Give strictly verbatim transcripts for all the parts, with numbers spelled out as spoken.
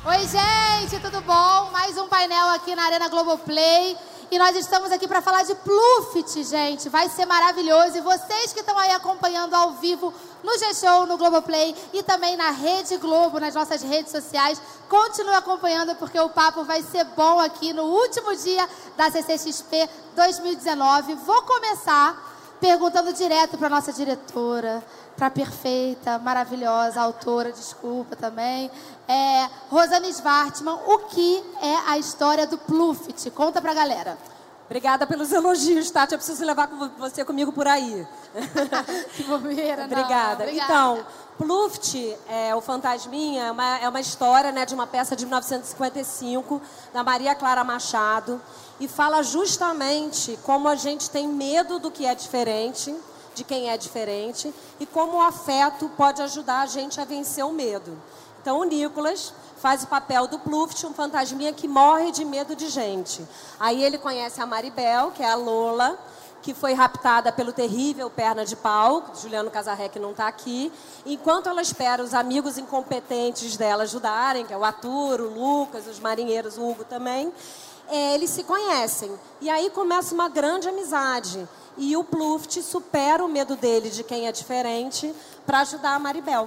Oi, gente, tudo bom? Mais um painel aqui na Arena Globoplay. E nós estamos aqui para falar de Pluft, gente. Vai ser maravilhoso. E vocês que estão aí acompanhando ao vivo no G-Show, no Globoplay e também na Rede Globo, nas nossas redes sociais, continuem acompanhando porque o papo vai ser bom aqui no último dia da C C X P dois mil e dezenove. Vou começar perguntando direto para nossa diretora, para a perfeita, maravilhosa autora, desculpa também, é, Rosane Schwartzman, o que é a história do Pluft? Conta pra galera. Obrigada pelos elogios, Tati. Eu preciso levar você comigo por aí. Que bobeira, Obrigada. Não, obrigada. Então, Pluft, é, o Fantasminha, é uma, é uma história, né, de uma peça de mil novecentos e cinquenta e cinco, da Maria Clara Machado, e fala justamente como a gente tem medo do que é diferente, de quem é diferente, e como o afeto pode ajudar a gente a vencer o medo. Então, o Nicolas faz o papel do Pluft, um fantasminha que morre de medo de gente. Aí ele conhece a Maribel, que é a Lola, que foi raptada pelo terrível Perna de Pau, Juliano Casarré, que não está aqui. Enquanto ela espera os amigos incompetentes dela ajudarem, que é o Arthur, o Lucas, os marinheiros, o Hugo também, é, eles se conhecem. E aí começa uma grande amizade. E o Pluft supera o medo dele de quem é diferente para ajudar a Maribel.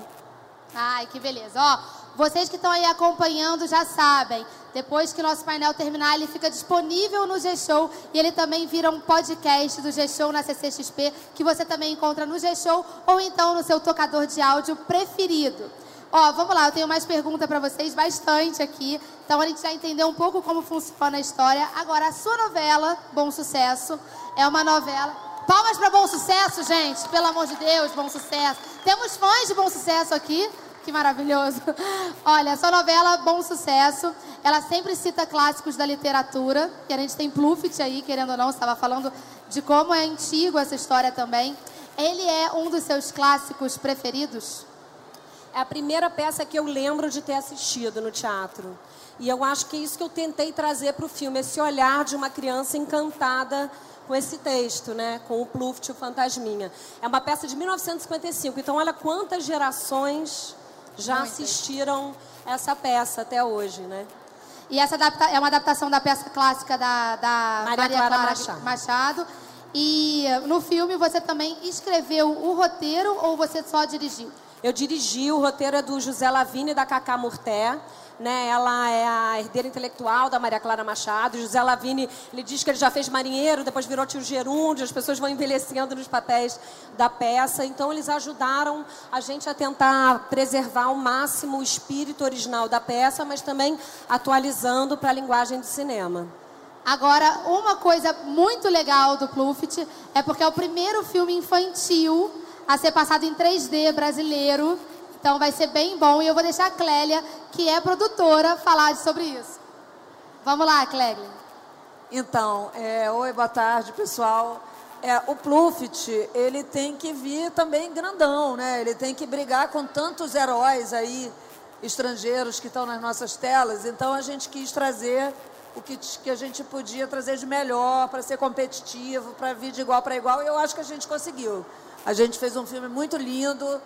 Ai, que beleza. Ó, vocês que estão aí acompanhando já sabem, depois que nosso painel terminar, ele fica disponível no G-Show e ele também vira um podcast do G-Show na C C X P, que você também encontra no G-Show ou então no seu tocador de áudio preferido. Ó, vamos lá, eu tenho mais perguntas para vocês, bastante aqui. Então a gente já entendeu um pouco como funciona a história. Agora, a sua novela, Bom Sucesso, é uma novela... Palmas para Bom Sucesso, gente, pelo amor de Deus, Bom Sucesso. Temos fãs de Bom Sucesso aqui. Que maravilhoso. Olha, essa novela, Bom Sucesso, ela sempre cita clássicos da literatura, que a gente tem Pluft aí, querendo ou não, você estava falando de como é antigo essa história também. Ele é um dos seus clássicos preferidos? É a primeira peça que eu lembro de ter assistido no teatro. E eu acho que é isso que eu tentei trazer para o filme, esse olhar de uma criança encantada com esse texto, né? Com o Pluft, o Fantasminha. É uma peça de mil novecentos e cinquenta e cinco, então olha quantas gerações já Muitas. assistiram essa peça até hoje, né? E essa adapta é uma adaptação da peça clássica da, da Maria, Maria Clara, Clara Machado. Machado. E no filme você também escreveu o roteiro ou você só dirigiu? Eu dirigi, o roteiro é do José Lavigne e da Cacá Murté. Né, ela é a herdeira intelectual da Maria Clara Machado. José Lavigne, ele diz que ele já fez marinheiro, depois virou tio Gerúndio, as pessoas vão envelhecendo nos papéis da peça. Então, eles ajudaram a gente a tentar preservar ao máximo o espírito original da peça, mas também atualizando para a linguagem de cinema. Agora, uma coisa muito legal do Pluft é porque é o primeiro filme infantil a ser passado em três D brasileiro. Então vai ser bem bom e eu vou deixar a Clélia, que é produtora, falar sobre isso. Vamos lá, Clélia. Então, é, oi, boa tarde, pessoal. É, o Pluft, ele tem que vir também grandão, né? Ele tem que brigar com tantos heróis aí, estrangeiros que estão nas nossas telas. Então a gente quis trazer o que, que a gente podia trazer de melhor para ser competitivo, para vir de igual para igual. E eu acho que a gente conseguiu. A gente fez um filme muito lindo,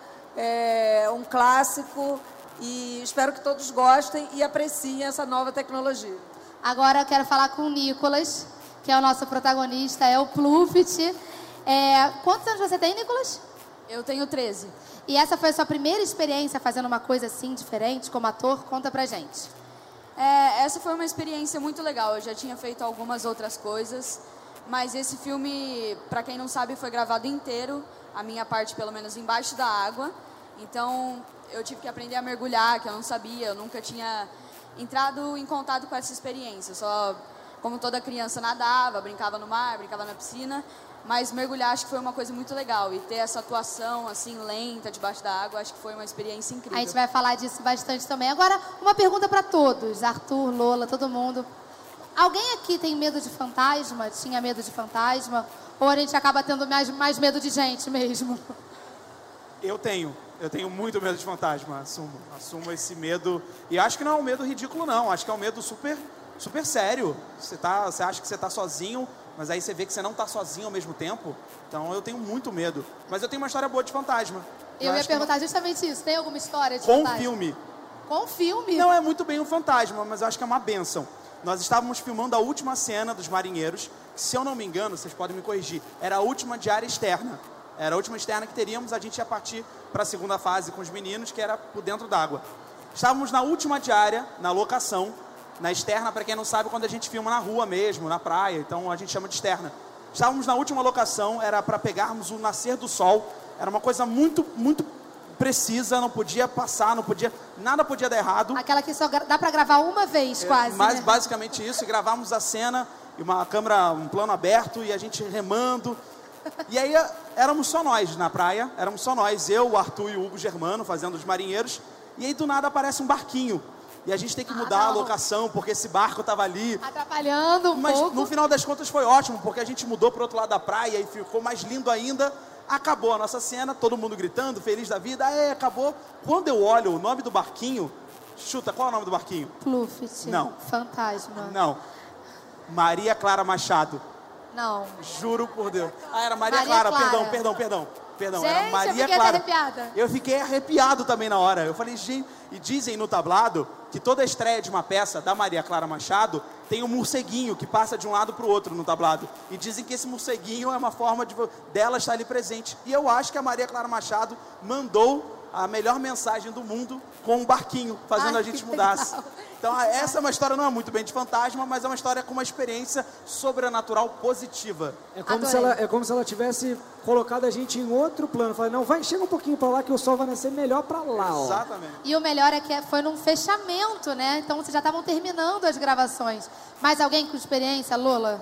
é um clássico, e espero que todos gostem e apreciem essa nova tecnologia. Agora eu quero falar com o Nicolas, que é o nosso protagonista, é o Pluft. É, quantos anos você tem, Nicolas? Eu tenho treze. E essa foi a sua primeira experiência fazendo uma coisa assim, diferente, como ator? Conta pra gente. É, essa foi uma experiência muito legal. Eu já tinha feito algumas outras coisas, mas esse filme, para quem não sabe, foi gravado inteiro, a minha parte pelo menos embaixo da água. Então eu tive que aprender a mergulhar, que eu não sabia, eu nunca tinha entrado em contato com essa experiência. Só, como toda criança, nadava, brincava no mar, brincava na piscina, mas mergulhar acho que foi uma coisa muito legal. E ter essa atuação assim lenta debaixo da água, acho que foi uma experiência incrível. A gente vai falar disso bastante também. Agora, uma pergunta para todos, Arthur, Lola, todo mundo. Alguém aqui tem medo de fantasma? Tinha medo de fantasma? Ou a gente acaba tendo mais, mais medo de gente mesmo? Eu tenho. Eu tenho muito medo de fantasma, assumo. Assumo esse medo. E acho que não é um medo ridículo, não. Acho que é um medo super, super sério. Você, tá, você acha que você está sozinho, mas aí você vê que você não está sozinho ao mesmo tempo. Então eu tenho muito medo. Mas eu tenho uma história boa de fantasma. Eu, eu ia perguntar não... justamente isso. Tem alguma história de Com fantasma? filme. com filme. Não é muito bem um fantasma, mas eu acho que é uma bênção. Nós estávamos filmando a última cena dos marinheiros, que, se eu não me engano, vocês podem me corrigir, era a última diária externa. Era a última externa que teríamos, a gente ia partir para a segunda fase com os meninos, que era por dentro d'água. Estávamos na última diária, na locação, na externa, para quem não sabe, quando a gente filma na rua mesmo, na praia, então a gente chama de externa. Estávamos na última locação, era para pegarmos o nascer do sol, era uma coisa muito, muito precisa, não podia passar, não podia, nada podia dar errado. Aquela que só dá para gravar uma vez, quase, é, Mas né? basicamente isso, e gravamos a cena, e uma câmera, um plano aberto, e a gente remando. E aí éramos só nós na praia, éramos só nós, eu, o Arthur e o Hugo Germano, fazendo os marinheiros, e aí do nada aparece um barquinho. E a gente tem que mudar ah, a locação, porque esse barco estava ali. Atrapalhando um Mas pouco. no final das contas foi ótimo, porque a gente mudou para o outro lado da praia e ficou mais lindo ainda. Acabou a nossa cena, todo mundo gritando, feliz da vida. É, acabou. Quando eu olho o nome do barquinho, chuta, qual é o nome do barquinho? Pluft. Não. Fantasma. Não. Maria Clara Machado. Não. Juro por Deus. Ah, era Maria, Maria Clara. Clara. Perdão, perdão, perdão. Perdão, Gente, era Maria eu fiquei Clara. até arrepiada. Eu fiquei arrepiado também na hora. Eu falei, gente, e dizem no tablado que toda a estreia de uma peça da Maria Clara Machado tem um morceguinho que passa de um lado para o outro no tablado. E dizem que esse morceguinho é uma forma de dela estar ali presente. E eu acho que a Maria Clara Machado mandou a melhor mensagem do mundo com um barquinho, fazendo Ai, a gente que mudasse. legal. Então, essa é uma história, não é muito bem de fantasma, mas é uma história com uma experiência sobrenatural positiva. É como, Adorei. se ela, é como se ela tivesse colocado a gente em outro plano. Falei, não, vai, chega um pouquinho pra lá que o sol vai nascer melhor pra lá, ó. Exatamente. E o melhor é que foi num fechamento, né? Então vocês já estavam terminando as gravações. Mais alguém com experiência, Lola?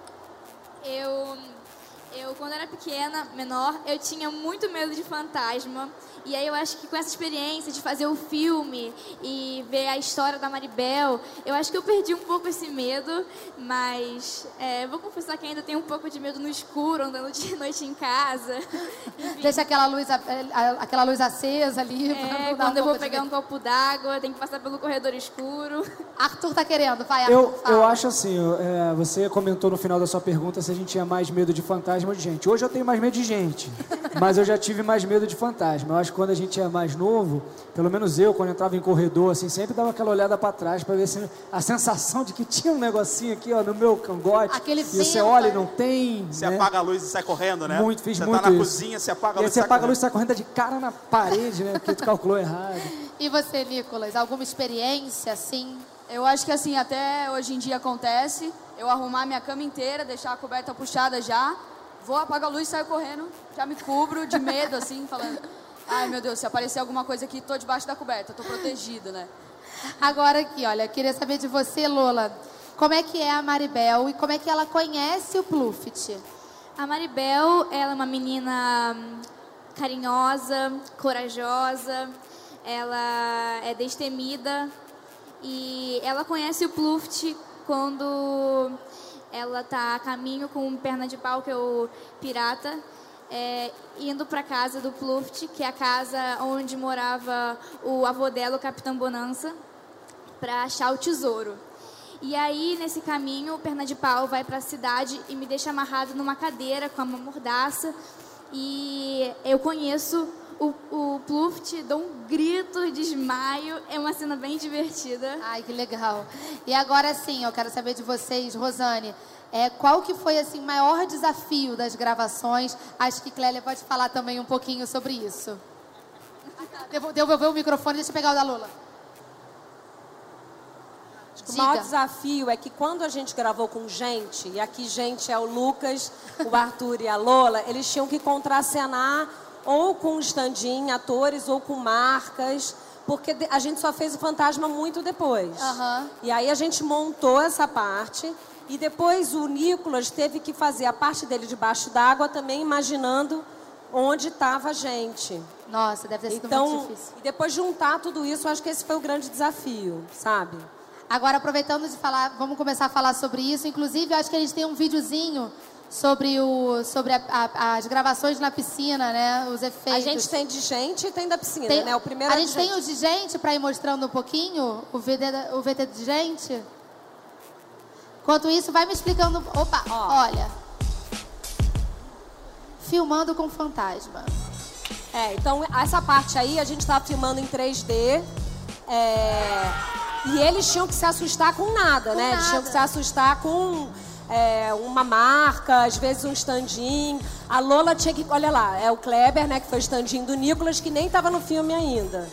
Eu, eu, quando era pequena, menor, eu tinha muito medo de fantasma. E aí eu acho que com essa experiência de fazer o filme e ver a história da Maribel, eu acho que eu perdi um pouco esse medo, mas é, vou confessar que ainda tenho um pouco de medo no escuro, andando de noite em casa. Enfim, Deixa aquela luz, a- a- aquela luz acesa ali. pra é, não dar quando um eu vou pouco de pegar um medo. copo d'água, tem que passar pelo corredor escuro. Arthur tá querendo, vai, Arthur, Eu, fala. eu acho assim, é, você comentou no final da sua pergunta se a gente tinha mais medo de fantasma ou de gente. Hoje eu tenho mais medo de gente, mas eu já tive mais medo de fantasma. Eu acho que quando a gente é mais novo, pelo menos eu, quando entrava em corredor, assim, sempre dava aquela olhada para trás para ver se a sensação de que tinha um negocinho aqui, ó, no meu cangote. Aquele e você vento, olha e né? não tem. Você né? apaga a luz e sai correndo, né? Muito, fiz você muito tá na isso. cozinha, você apaga a E aí luz e você sai apaga a luz correndo. e sai correndo de cara na parede, né? Porque tu calculou errado. E você, Nicolas, alguma experiência, assim? Eu acho que assim, até hoje em dia acontece, eu arrumar minha cama inteira, deixar a coberta puxada já, vou apagar a luz e saio correndo, já me cubro de medo, assim, falando, ai meu Deus, se aparecer alguma coisa aqui, tô debaixo da coberta, tô protegida, né? Agora aqui, olha, eu queria saber de você, Lola, como é que é a Maribel e como é que ela conhece o Pluft? A Maribel, ela é uma menina hum, carinhosa, corajosa, ela é destemida e ela conhece o Pluft quando ela tá a caminho com um perna de pau, que é o pirata, é, indo para casa do Pluft, que é a casa onde morava o avô dela, o Capitão Bonança, para achar o tesouro. E aí, nesse caminho, o perna de pau vai para a cidade e me deixa amarrado numa cadeira com uma mordaça. E eu conheço o, o Pluft, dou um grito, desmaio. É uma cena bem divertida. Ai, que legal. E agora sim, eu quero saber de vocês, Rosane, é, qual que foi assim, o maior desafio das gravações? Acho que Clélia pode falar também um pouquinho sobre isso. Devo- Devolver o microfone, deixa eu pegar o da Lola. O maior Diga. desafio é que quando a gente gravou com gente, e aqui gente é o Lucas, o Arthur e a Lola, eles tinham que contracenar ou com stand-in, atores, ou com marcas, porque de- a gente só fez o fantasma muito depois. Aham. E aí a gente montou essa parte, e depois o Nicolas teve que fazer a parte dele debaixo d'água também, imaginando onde estava a gente. Nossa, deve ter sido muito Então, difícil. e depois juntar tudo isso, eu acho que esse foi o grande desafio, sabe? Agora, aproveitando de falar, vamos começar a falar sobre isso. Inclusive, eu acho que eles têm um videozinho sobre, o, sobre a- a- as gravações na piscina, né? Os efeitos. A gente tem de gente e tem da piscina, Tem- né? O primeiro a é de gente tem o de gente para ir mostrando um pouquinho, o V T, da- o V T de gente. Enquanto isso, vai me explicando. Opa, olha. Filmando com fantasma. É, então essa parte aí a gente tá filmando em três D É, e eles tinham que se assustar com nada, Com né? Eles nada. tinham que se assustar com é, uma marca, às vezes um stand-in. A Lola tinha que... Olha lá, é o Kleber, né? Que foi o stand-in do Nicolas, que nem estava no filme ainda.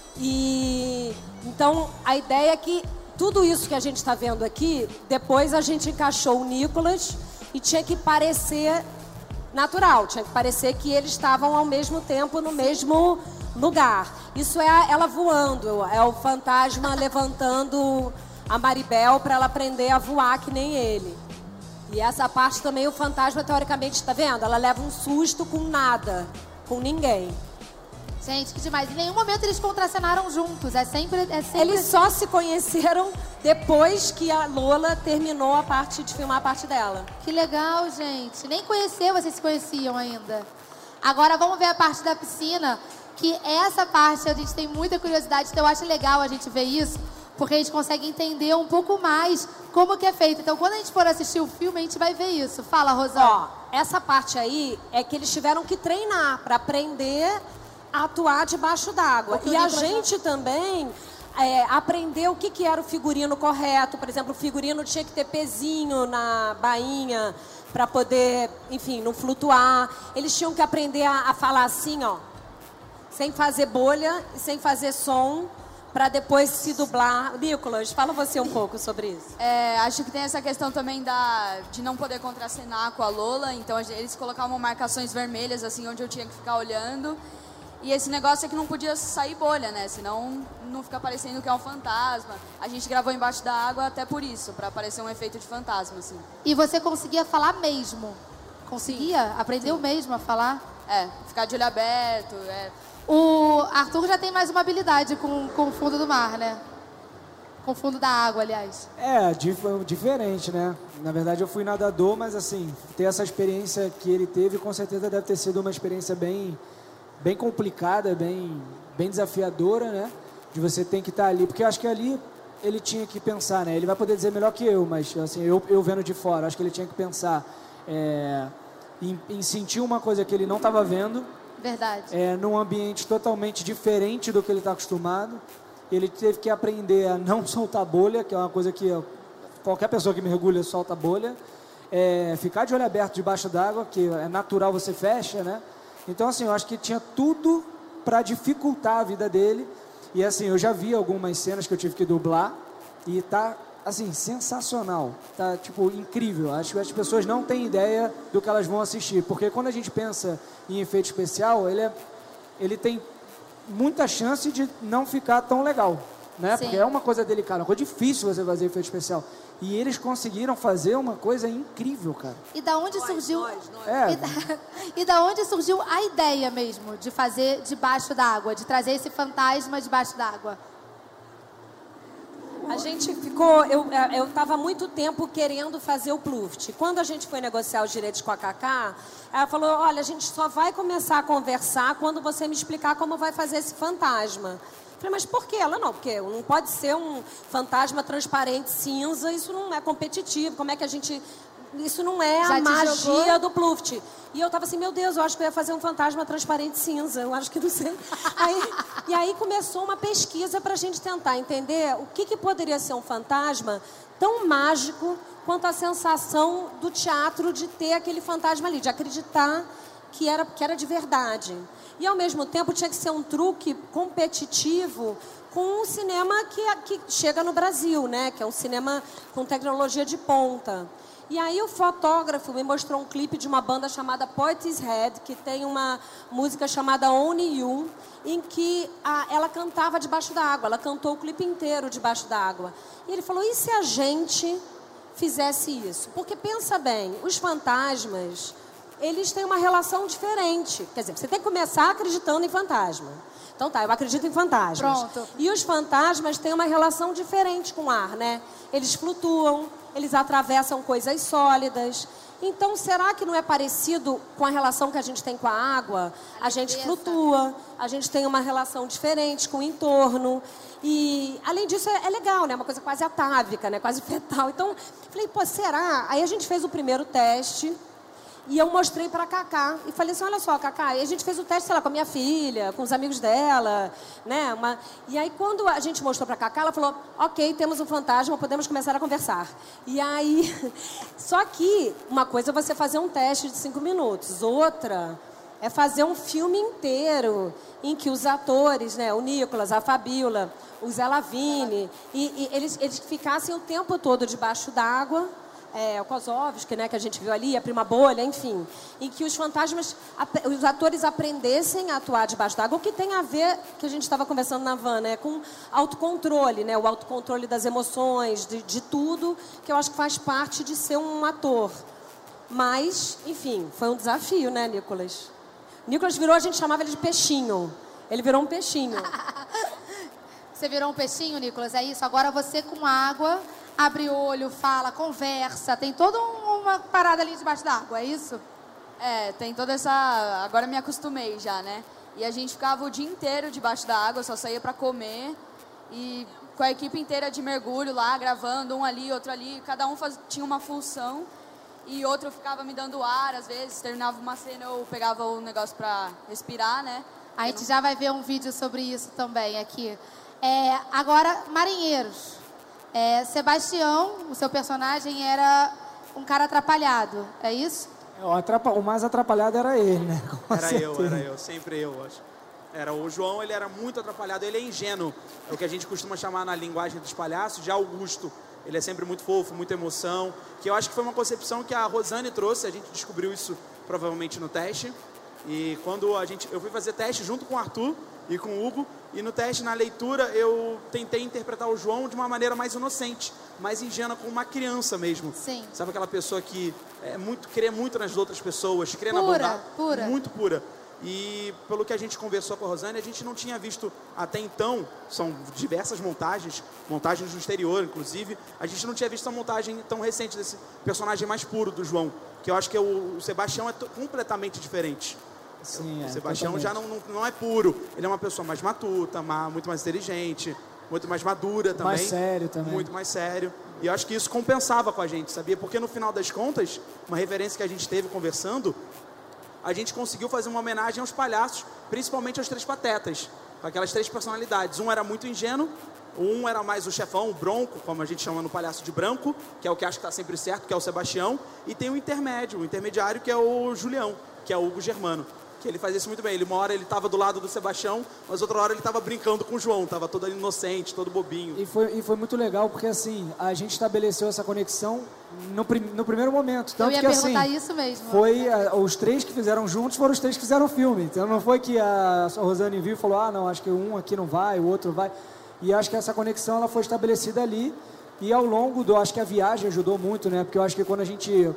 E... Então, a ideia é que tudo isso que a gente está vendo aqui, depois a gente encaixou o Nicolas e tinha que parecer natural. Tinha que parecer que eles estavam ao mesmo tempo no mesmo lugar. Isso é a- ela voando, é o fantasma levantando a Maribel para ela aprender a voar que nem ele. E essa parte também o fantasma, teoricamente, está vendo? Ela leva um susto com nada, com ninguém. Gente, que demais. Em nenhum momento eles contracenaram juntos. É sempre... É sempre... Eles só se conheceram depois que a Lola terminou a parte de filmar a parte dela. Que legal, gente. Nem conhecer, vocês se conheciam ainda. Agora vamos ver a parte da piscina, que essa parte a gente tem muita curiosidade, então eu acho legal a gente ver isso, porque a gente consegue entender um pouco mais como que é feito. Então quando a gente for assistir o filme, a gente vai ver isso. Fala, Rosana. Ó, essa parte aí é que eles tiveram que treinar para aprender a atuar debaixo d'água. Porque E o a Nicolas gente também é, aprendeu o que, que era o figurino correto. Por exemplo, o figurino tinha que ter pezinho na bainha para poder, enfim, não flutuar. Eles tinham que aprender a, a falar assim, ó, sem fazer bolha e sem fazer som, para depois se dublar. Nicolas, fala você um pouco sobre isso. É, acho que tem essa questão também da, de não poder contracenar com a Lola. Então a gente- eles colocavam marcações vermelhas, assim, onde eu tinha que ficar olhando. E esse negócio é que não podia sair bolha, né? Senão não fica parecendo que é um fantasma. A gente gravou embaixo da água até por isso, para parecer um efeito de fantasma, assim. E você conseguia falar mesmo? Conseguia? Aprendeu mesmo a falar? É, ficar de olho aberto, é... O Arthur já tem mais uma habilidade com, com o fundo do mar, né? Com o fundo da água, aliás. É, dif- diferente, né? Na verdade, eu fui nadador, mas assim, ter essa experiência que ele teve, com certeza deve ter sido uma experiência bem, bem complicada, bem, bem desafiadora, né? De você ter que estar ali, porque eu acho que ali ele tinha que pensar, né? Ele vai poder dizer melhor que eu, mas assim, eu, eu vendo de fora, acho que ele tinha que pensar é, em, em sentir uma coisa que ele não estava vendo, Verdade. é, num ambiente totalmente diferente do que ele está acostumado. Ele teve que aprender a não soltar bolha, que é uma coisa que ó, qualquer pessoa que mergulha solta bolha. É, ficar de olho aberto debaixo d'água, que é natural, você fecha, né? Então, assim, eu acho que tinha tudo para dificultar a vida dele. E, assim, eu já vi algumas cenas que eu tive que dublar e tá, assim, sensacional. Tá, tipo, incrível. Acho que as pessoas não têm ideia do que elas vão assistir. Porque quando a gente pensa em efeito especial, ele, é, ele tem muita chance de não ficar tão legal, né? Sim. Porque é uma coisa delicada, uma coisa difícil você fazer efeito especial. E eles conseguiram fazer uma coisa incrível, cara. E da onde surgiu... É, E da, e da onde surgiu a ideia mesmo de fazer debaixo d'água, de trazer esse fantasma debaixo d'água? A gente ficou... Eu eu estava há muito tempo querendo fazer o Pluft. Quando a gente foi negociar os direitos com a Cacá, ela falou, olha, a gente só vai começar a conversar quando você me explicar como vai fazer esse fantasma. Eu falei, mas por quê? Ela, não, porque não pode ser um fantasma transparente cinza, isso não é competitivo, como é que a gente... Isso não é Já a te magia jogou? do Pluft. E eu tava assim, meu Deus, eu acho que eu ia fazer um fantasma transparente cinza, eu acho que não sei. Aí, e aí começou uma pesquisa pra gente tentar entender o que, que poderia ser um fantasma tão mágico quanto a sensação do teatro de ter aquele fantasma ali, de acreditar que era, que era de verdade. E, ao mesmo tempo, tinha que ser um truque competitivo com um cinema que, que chega no Brasil, né? Que é um cinema com tecnologia de ponta. E aí o fotógrafo me mostrou um clipe de uma banda chamada Portishead, que tem uma música chamada Only You, em que a, ela cantava debaixo d'água. Ela cantou o clipe inteiro debaixo d'água. E ele falou, e se a gente fizesse isso? Porque, pensa bem, os fantasmas, eles têm uma relação diferente. Quer dizer, você tem que começar acreditando em fantasma. Então tá, eu acredito em fantasmas. Pronto. E os fantasmas têm uma relação diferente com o ar, né? Eles flutuam, eles atravessam coisas sólidas. Então, será que não é parecido com a relação que a gente tem com a água? A gente flutua, a gente tem uma relação diferente com o entorno. E, além disso, é, é legal, né? Uma coisa quase atávica, né? Quase fetal. Então, falei, pô, será? Aí a gente fez o primeiro teste. E eu mostrei pra Cacá. E falei assim, olha só, Cacá, e a gente fez o teste, sei lá, com a minha filha, com os amigos dela, né? Uma... E aí, quando a gente mostrou pra Cacá, ela falou, ok, temos um fantasma, podemos começar a conversar. E aí... Só que uma coisa é você fazer um teste de cinco minutos. Outra é fazer um filme inteiro em que os atores, né? O Nicolas, a Fabíola, o Zé Lavigne, e, e eles, eles ficassem o tempo todo debaixo d'água. É, o Kozlovski, né, que a gente viu ali, a Prima Bolha, enfim, em que os fantasmas, os atores aprendessem a atuar debaixo d'água, o que tem a ver, que a gente estava conversando na van, né, com autocontrole, né, o autocontrole das emoções, de, de tudo, que eu acho que faz parte de ser um ator. Mas, enfim, foi um desafio, né, Nicolas? Nicolas virou, a gente chamava ele de peixinho. Ele virou um peixinho. Você virou um peixinho, Nicolas, é isso? Agora você com água... Abre o olho, fala, conversa, tem toda uma parada ali debaixo d'água, é isso? É, tem toda essa... Agora me acostumei já, né? E a gente ficava o dia inteiro debaixo da água, só saía pra comer. E com a equipe inteira de mergulho lá, gravando, um ali, outro ali. Cada um faz... tinha uma função. E outro ficava me dando ar, às vezes. Terminava uma cena, eu pegava o negócio pra respirar, né? A gente não... já vai ver um vídeo sobre isso também aqui. É, agora, marinheiros. É, Sebastião, o seu personagem, era um cara atrapalhado, é isso? O, atrapa... o mais atrapalhado era ele, né? Com era certeza. eu, era eu, sempre eu, acho. Era o João, ele era muito atrapalhado, ele é ingênuo. É o que a gente costuma chamar na linguagem dos palhaços de Augusto. Ele é sempre muito fofo, muita emoção, que eu acho que foi uma concepção que a Rosane trouxe, a gente descobriu isso provavelmente no teste. E quando a gente, eu fui fazer teste junto com o Arthur e com o Hugo, e no teste, na leitura, eu tentei interpretar o João de uma maneira mais inocente, mais ingênua, como uma criança mesmo. Sim. Sabe aquela pessoa que é muito, crê muito nas outras pessoas, crê pura, na bondade. Pura, muito pura. E pelo que a gente conversou com a Rosane, a gente não tinha visto até então, são diversas montagens, montagens do exterior, inclusive, a gente não tinha visto a montagem tão recente desse personagem mais puro do João, que eu acho que é o, o Sebastião é completamente diferente. Sim, o é, Sebastião totalmente. já não, não, não é puro, ele é uma pessoa mais matuta, muito mais inteligente, muito mais madura também. Mais sério também. Muito mais sério. E eu acho que isso compensava com a gente, sabia? Porque no final das contas, uma referência que a gente teve conversando, a gente conseguiu fazer uma homenagem aos palhaços, principalmente aos Três Patetas, com aquelas três personalidades. Um era muito ingênuo, um era mais o chefão, o bronco, como a gente chama no Palhaço de Branco, que é o que acha que está sempre certo, que é o Sebastião, e tem o intermédio, o intermediário, que é o Julião, que é o Hugo Germano. Que ele fazia isso muito bem. Ele, uma hora ele estava do lado do Sebastião, mas outra hora ele estava brincando com o João, estava todo inocente, todo bobinho. E foi, e foi muito legal, porque assim, a gente estabeleceu essa conexão no, prim, no primeiro momento. Tanto Eu ia que, perguntar assim, isso mesmo. Foi a, os três que fizeram juntos, foram os três que fizeram o filme. Então não foi que a, a Rosane viu e falou, ah, não, acho que um aqui não vai, o outro vai. E acho que essa conexão ela foi estabelecida ali. E ao longo do, acho que a viagem ajudou muito, né? Porque eu acho que quando a gente...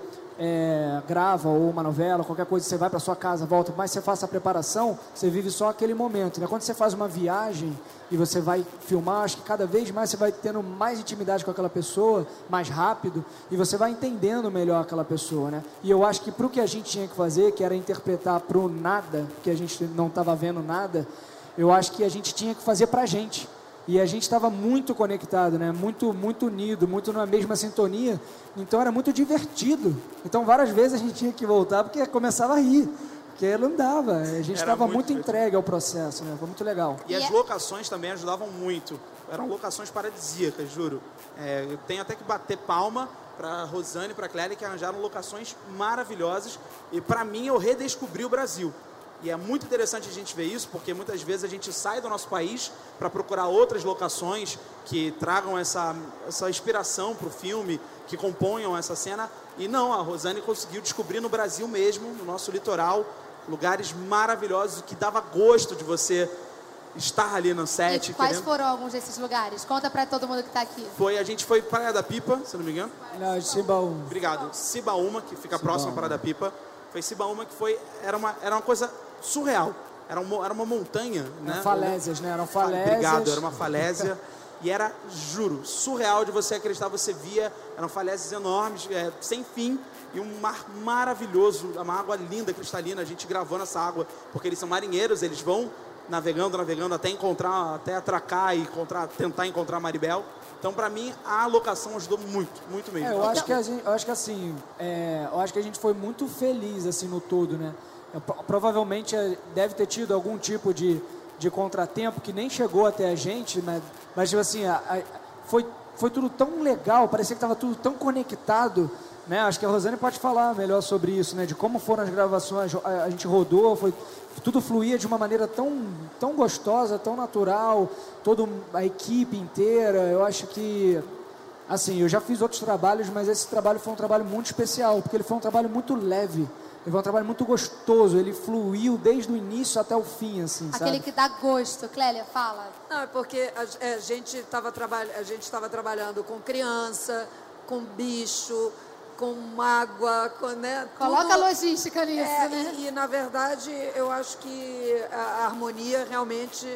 É, grava ou uma novela, qualquer coisa, você vai para sua casa, volta, mas você faça a preparação, você vive só aquele momento, né? Quando você faz uma viagem e você vai filmar, acho que cada vez mais você vai tendo mais intimidade com aquela pessoa, mais rápido, e você vai entendendo melhor aquela pessoa, né? E eu acho que pro que a gente tinha que fazer, que era interpretar pro nada, que a gente não estava vendo nada, eu acho que a gente tinha que fazer pra gente. E a gente estava muito conectado, né? Muito, muito unido, muito na mesma sintonia. Então era muito divertido. Então várias vezes a gente tinha que voltar porque começava a rir. Porque não dava. A gente estava muito, muito entregue ao processo, né? Foi muito legal. E as locações também ajudavam muito. Eram locações paradisíacas, juro. É, eu tenho até que bater palma para a Rosane e para a Clélia, que arranjaram locações maravilhosas. E para mim eu redescobri o Brasil. E é muito interessante a gente ver isso, porque muitas vezes a gente sai do nosso país para procurar outras locações que tragam essa, essa inspiração para o filme, que componham essa cena. E não, a Rosane conseguiu descobrir no Brasil mesmo, no nosso litoral, lugares maravilhosos, que dava gosto de você estar ali no set. E quais querendo... foram alguns desses lugares? Conta para todo mundo que está aqui. Foi, a gente foi para Praia da Pipa, se não me engano. Não, de Cibaúma. Obrigado. Cibaúma, que fica Cibaúma. próximo à Praia da Pipa. Foi Cibaúma que foi, era uma, era uma coisa surreal. Era uma, era uma montanha, né? Falésias, né? Eram falésias. Obrigado, era uma falésia. E era, juro, surreal de você acreditar. Você via, eram falésias enormes, é, sem fim, e um mar maravilhoso, uma água linda, cristalina. A gente gravou nessa água, porque eles são marinheiros, eles vão navegando, navegando, até encontrar, até atracar e encontrar, tentar encontrar a Maribel. Então, para mim, a locação ajudou muito, muito mesmo. É, eu acho que a gente, eu acho que assim, é, eu acho que a gente foi muito feliz assim no todo, né? Eu, provavelmente deve ter tido algum tipo de, de contratempo que nem chegou até a gente, né? Mas tipo assim, a, a, foi foi tudo tão legal, parecia que estava tudo tão conectado, né? Acho que a Rosane pode falar melhor sobre isso, né? De como foram as gravações, a, a gente rodou, foi tudo fluía de uma maneira tão, tão gostosa, tão natural, toda a equipe inteira. Eu acho que, assim, eu já fiz outros trabalhos, mas esse trabalho foi um trabalho muito especial, porque ele foi um trabalho muito leve, ele foi um trabalho muito gostoso, ele fluiu desde o início até o fim, assim, Aquele sabe? que dá gosto. Clélia, fala. Não, é porque a, é, a gente estava trabalha, a gente estava trabalhando com criança, com bicho, com mágoa, com, né? Coloca tudo. a logística nisso, É, né? e, e, na verdade, eu acho que a, a harmonia realmente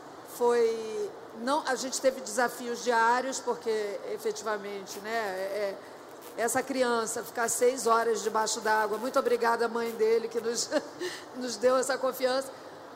foi... Não, a gente teve desafios diários, porque, efetivamente, né, é, essa criança ficar seis horas debaixo d'água, muito obrigada, mãe dele, que nos, nos deu essa confiança,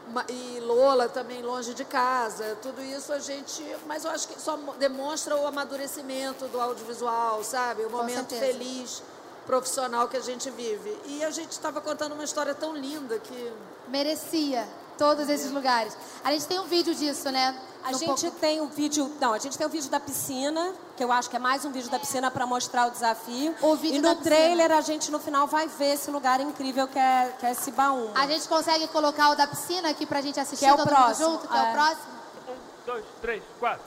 e Lola também longe de casa, tudo isso a gente... Mas eu acho que só demonstra o amadurecimento do audiovisual, sabe? O momento feliz, profissional que a gente vive. E a gente estava contando uma história tão linda que... Merecia todos esses lugares. A gente tem um vídeo disso, né? A No gente pouco... tem um vídeo... Não, a gente tem o vídeo da piscina, que eu acho que é mais um vídeo da piscina para mostrar o desafio. O vídeo e no da piscina. trailer a gente no final vai ver esse lugar incrível que é, que é Cibaúma. A gente consegue colocar o da piscina aqui pra gente assistir, Que é o todo próximo, mundo junto, que é, é. o próximo? Um, dois, três, quatro.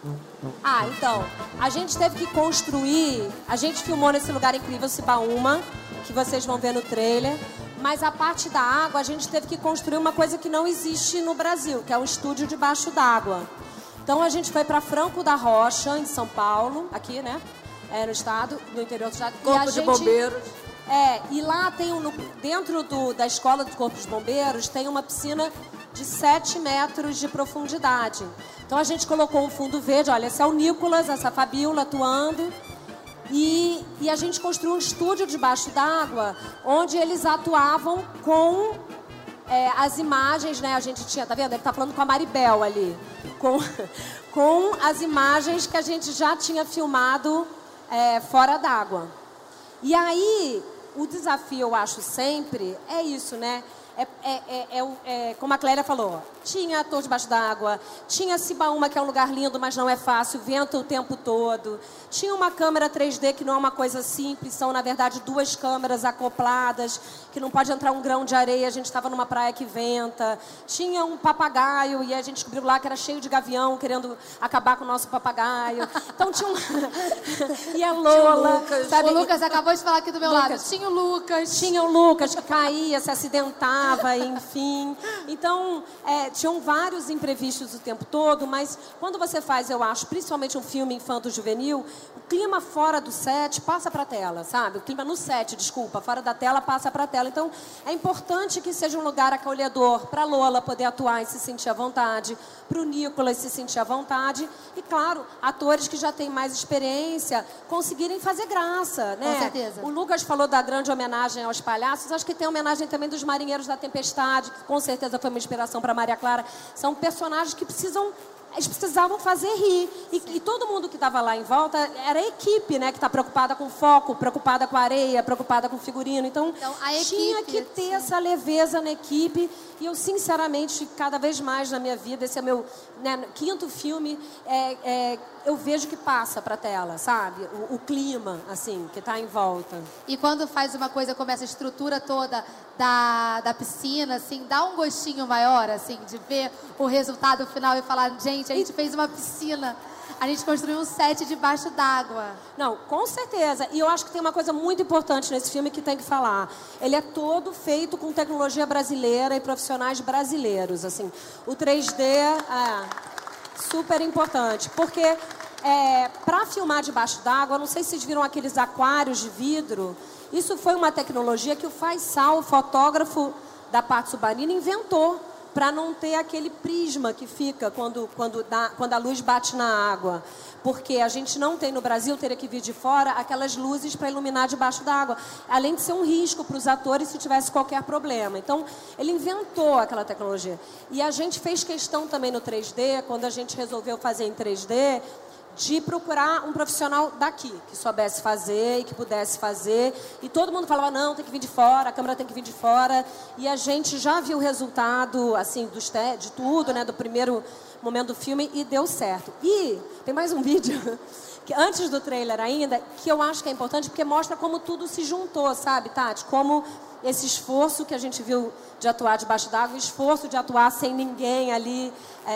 Ah, então, a gente teve que construir, a gente filmou nesse lugar incrível, Cibaúma, que vocês vão ver no trailer, mas a parte da água a gente teve que construir uma coisa que não existe no Brasil, que é um estúdio debaixo d'água. Então a gente foi para Franco da Rocha, em São Paulo, aqui, né, é, no estado, no interior do estado. Corpo e a de gente, Bombeiros. É, e lá tem, um, dentro do, da escola do Corpo de Bombeiros, tem uma piscina de sete metros de profundidade. Então a gente colocou um fundo verde, olha, esse é o Nicolas, essa Fabiola atuando. E, e a gente construiu um estúdio debaixo d'água, onde eles atuavam com é, as imagens, né? A gente tinha, tá vendo? Ele tá falando com a Maribel ali. Com, com as imagens que a gente já tinha filmado é, fora d'água. E aí, o desafio, eu acho, sempre, é isso, né? É, é, é, é, é, como a Clélia falou, tinha ator debaixo d'água, tinha Cibaúma, que é um lugar lindo, mas não é fácil, venta o tempo todo. Tinha uma câmera três D, que não é uma coisa simples, são, na verdade, duas câmeras acopladas, que não pode entrar um grão de areia, a gente estava numa praia que venta. Tinha um papagaio, e a gente descobriu lá que era cheio de gavião, querendo acabar com o nosso papagaio. Então tinha um... e a Lola... Lucas. Sabe? O Lucas acabou de falar aqui do meu Lucas. lado. Tinha o Lucas. Tinha o Lucas que caía, se acidentava, enfim. Então, é, tinham vários imprevistos o tempo todo, mas quando você faz, eu acho, principalmente um filme infanto-juvenil, o clima fora do set passa para a tela, sabe? O clima no set, desculpa, fora da tela passa para a tela. Então, é importante que seja um lugar acolhedor para Lola poder atuar e se sentir à vontade, para o Nicolas se sentir à vontade e, claro, atores que já têm mais experiência conseguirem fazer graça, né? Com certeza. O Lucas falou da grande homenagem aos palhaços, acho que tem homenagem também dos Marinheiros da Tempestade, que com certeza foi uma inspiração para Maria Clara. São personagens que precisam... Eles precisavam fazer rir. E, e todo mundo que estava lá em volta era a equipe, né? Que está preocupada com foco, preocupada com areia, preocupada com figurino. Então, Então, a tinha equipe, que ter sim. essa leveza na equipe. E eu, sinceramente, cada vez mais na minha vida, esse é meu né, quinto filme, é, é, eu vejo que passa para a tela, sabe? O, o clima, assim, que está em volta. E quando faz uma coisa como essa estrutura toda da, da piscina, assim, dá um gostinho maior, assim, de ver o resultado final e falar, gente, a gente fez uma piscina, a gente construiu um set debaixo d'água. Não, com certeza. E eu acho que tem uma coisa muito importante nesse filme que tem que falar. Ele é todo feito com tecnologia brasileira e profissionais brasileiros, assim. O três D é super importante, porque é, para filmar debaixo d'água, não sei se vocês viram aqueles aquários de vidro, isso foi uma tecnologia que o Faisal, o fotógrafo da parte submarina, inventou. para não ter aquele prisma que fica quando, quando, dá, quando a luz bate na água. Porque a gente não tem no Brasil, teria que vir de fora, aquelas luzes para iluminar debaixo d'água. Além de ser um risco para os atores se tivesse qualquer problema. Então, ele inventou aquela tecnologia. E a gente fez questão também no três D, quando a gente resolveu fazer em três D, de procurar um profissional daqui, que soubesse fazer e que pudesse fazer. E todo mundo falava, não, tem que vir de fora, a câmera tem que vir de fora. E a gente já viu o resultado, assim, dos te- de tudo, né, do primeiro momento do filme, e deu certo. E tem mais um vídeo, que antes do trailer ainda, que eu acho que é importante, porque mostra como tudo se juntou, sabe, Tati? Como esse esforço que a gente viu de atuar debaixo d'água, o esforço de atuar sem ninguém ali,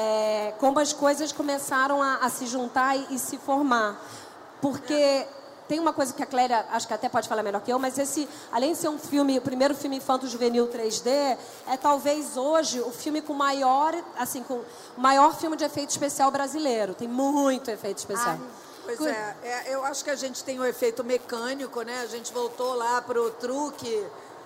é, como as coisas começaram a, a se juntar e, e se formar. Porque tem uma coisa que a Clélia, acho que até pode falar melhor que eu, mas esse, além de ser um filme, o primeiro filme infanto-juvenil três D, é talvez hoje o filme com maior, assim, com o maior filme de efeito especial brasileiro. Tem muito efeito especial. Ah, pois é, é, eu acho que a gente tem o efeito mecânico, né? A gente voltou lá para o truque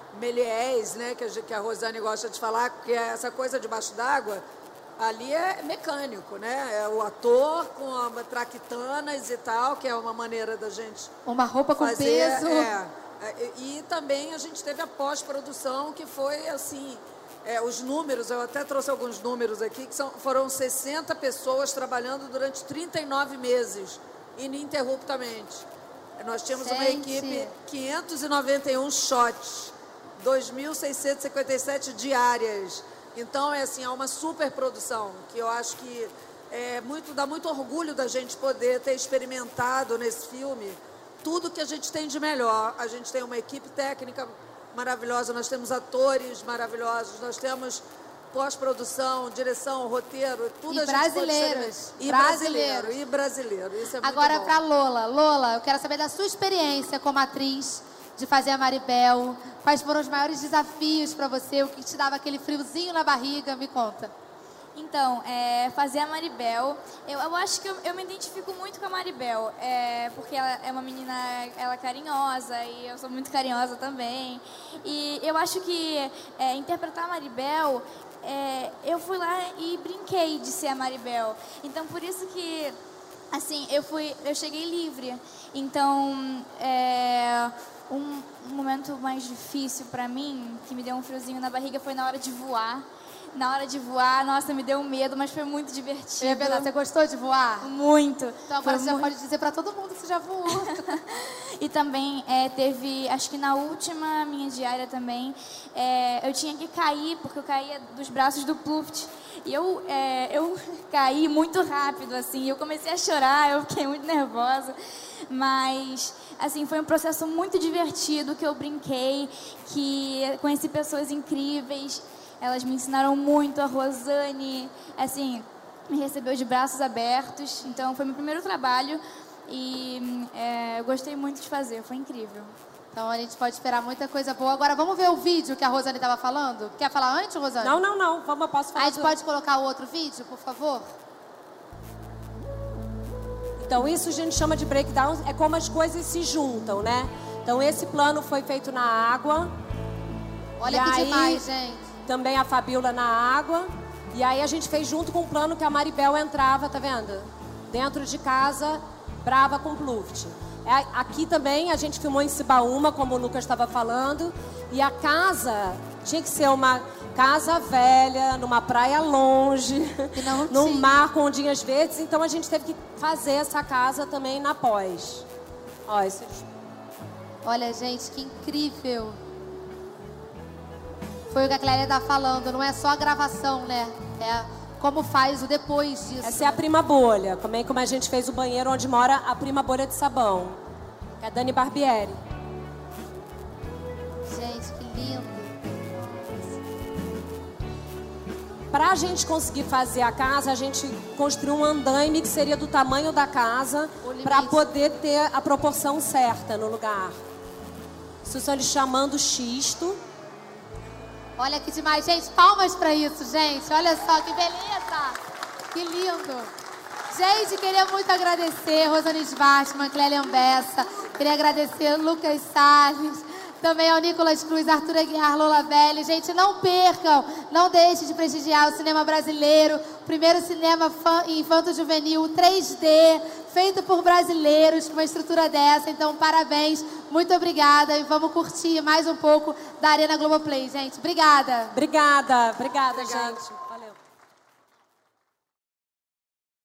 Méliès, né? Que a, que a Rosane gosta de falar, que é essa coisa debaixo d'água. Ali é mecânico, né? É o ator com a traquitanas e tal, que é uma maneira da gente Uma roupa com fazer, peso. É, é, e também a gente teve a pós-produção, que foi assim, é, os números, eu até trouxe alguns números aqui, que são, foram sessenta pessoas trabalhando durante trinta e nove meses, ininterruptamente. Nós tínhamos uma Gente. equipe, quinhentos e noventa e um shots, dois mil seiscentos e cinquenta e sete diárias. Então, é assim, é uma superprodução, que eu acho que é muito, dá muito orgulho da gente poder ter experimentado nesse filme tudo que a gente tem de melhor. A gente tem uma equipe técnica maravilhosa, nós temos atores maravilhosos, nós temos pós-produção, direção, roteiro, tudo E a gente pode brasileiros. ser- E Brasileiros. brasileiro, e brasileiro. Isso é muito Agora bom. para Lola. Lola, eu quero saber da sua experiência como atriz de fazer a Maribel. Quais foram os maiores desafios para você? O que te dava aquele friozinho na barriga? Me conta. Então, é, fazer a Maribel, eu, eu acho que eu, eu me identifico muito com a Maribel, é, porque ela é uma menina, ela é carinhosa e eu sou muito carinhosa também. E eu acho que é, interpretar a Maribel, é, eu fui lá e brinquei de ser a Maribel. Então, por isso que, assim, eu fui, eu cheguei livre. Então, é, um, um momento mais difícil para mim, que me deu um friozinho na barriga, foi na hora de voar. Na hora de voar, nossa, me deu medo, mas foi muito divertido. É verdade, você gostou de voar? Muito. Então agora Foi você já muito. pode dizer para todo mundo que você já voou. E também é, teve, acho que na última minha diária também, é, eu tinha que cair, porque eu caía dos braços do Pluft. E eu, é, eu caí muito rápido, assim, eu comecei a chorar, eu fiquei muito nervosa. Mas, assim, foi um processo muito divertido, que eu brinquei, que conheci pessoas incríveis. Elas me ensinaram muito, a Rosane, assim, me recebeu de braços abertos. Então, foi meu primeiro trabalho e é, eu gostei muito de fazer, foi incrível. Então a gente pode esperar muita coisa boa. Agora vamos ver o vídeo que a Rosane estava falando? Quer falar antes, Rosane? Não, não, não. Vamos, eu posso falar. A gente do- pode colocar o outro vídeo, por favor? Então, isso a gente chama de breakdown, é como as coisas se juntam, né? Então, esse plano foi feito na água. Olha E que aí, demais, gente. Também a Fabiola na água. E aí a gente fez junto com o plano que a Maribel entrava, tá vendo? Dentro de casa, brava com Pluft. É, aqui também a gente filmou em Cibaúma, como o Lucas estava falando. E a casa tinha que ser uma casa velha, numa praia longe, Que não num tinha. mar com ondinhas verdes. Então a gente teve que fazer essa casa também na pós. Ó, esse... Olha, gente, que incrível. Foi o que a Clélia tá falando, não é só a gravação, né? É como faz o depois disso. Essa é a prima bolha, também como a gente fez o banheiro onde mora a prima bolha de sabão, que é a Dani Barbieri. Gente, que lindo. Para a gente conseguir fazer a casa, a gente construiu um andaime que seria do tamanho da casa, O limite. para poder ter a proporção certa no lugar. Isso estão eles chamando xisto. Olha que demais, gente. Palmas pra isso, gente. Olha só que beleza. Que lindo. Gente, queria muito agradecer Rosane Schwartzman, Clélia Ambessa. Queria agradecer Lucas Salles, Também ao Nicolas Cruz, Arthur Aguiar, Lola Velli. Gente, não percam, não deixe de prestigiar o cinema brasileiro. O primeiro cinema infanto-juvenil três D, feito por brasileiros, com uma estrutura dessa. Então, parabéns, muito obrigada. E vamos curtir mais um pouco da Arena Globoplay, gente. Obrigada. Obrigada, obrigada, obrigada. gente.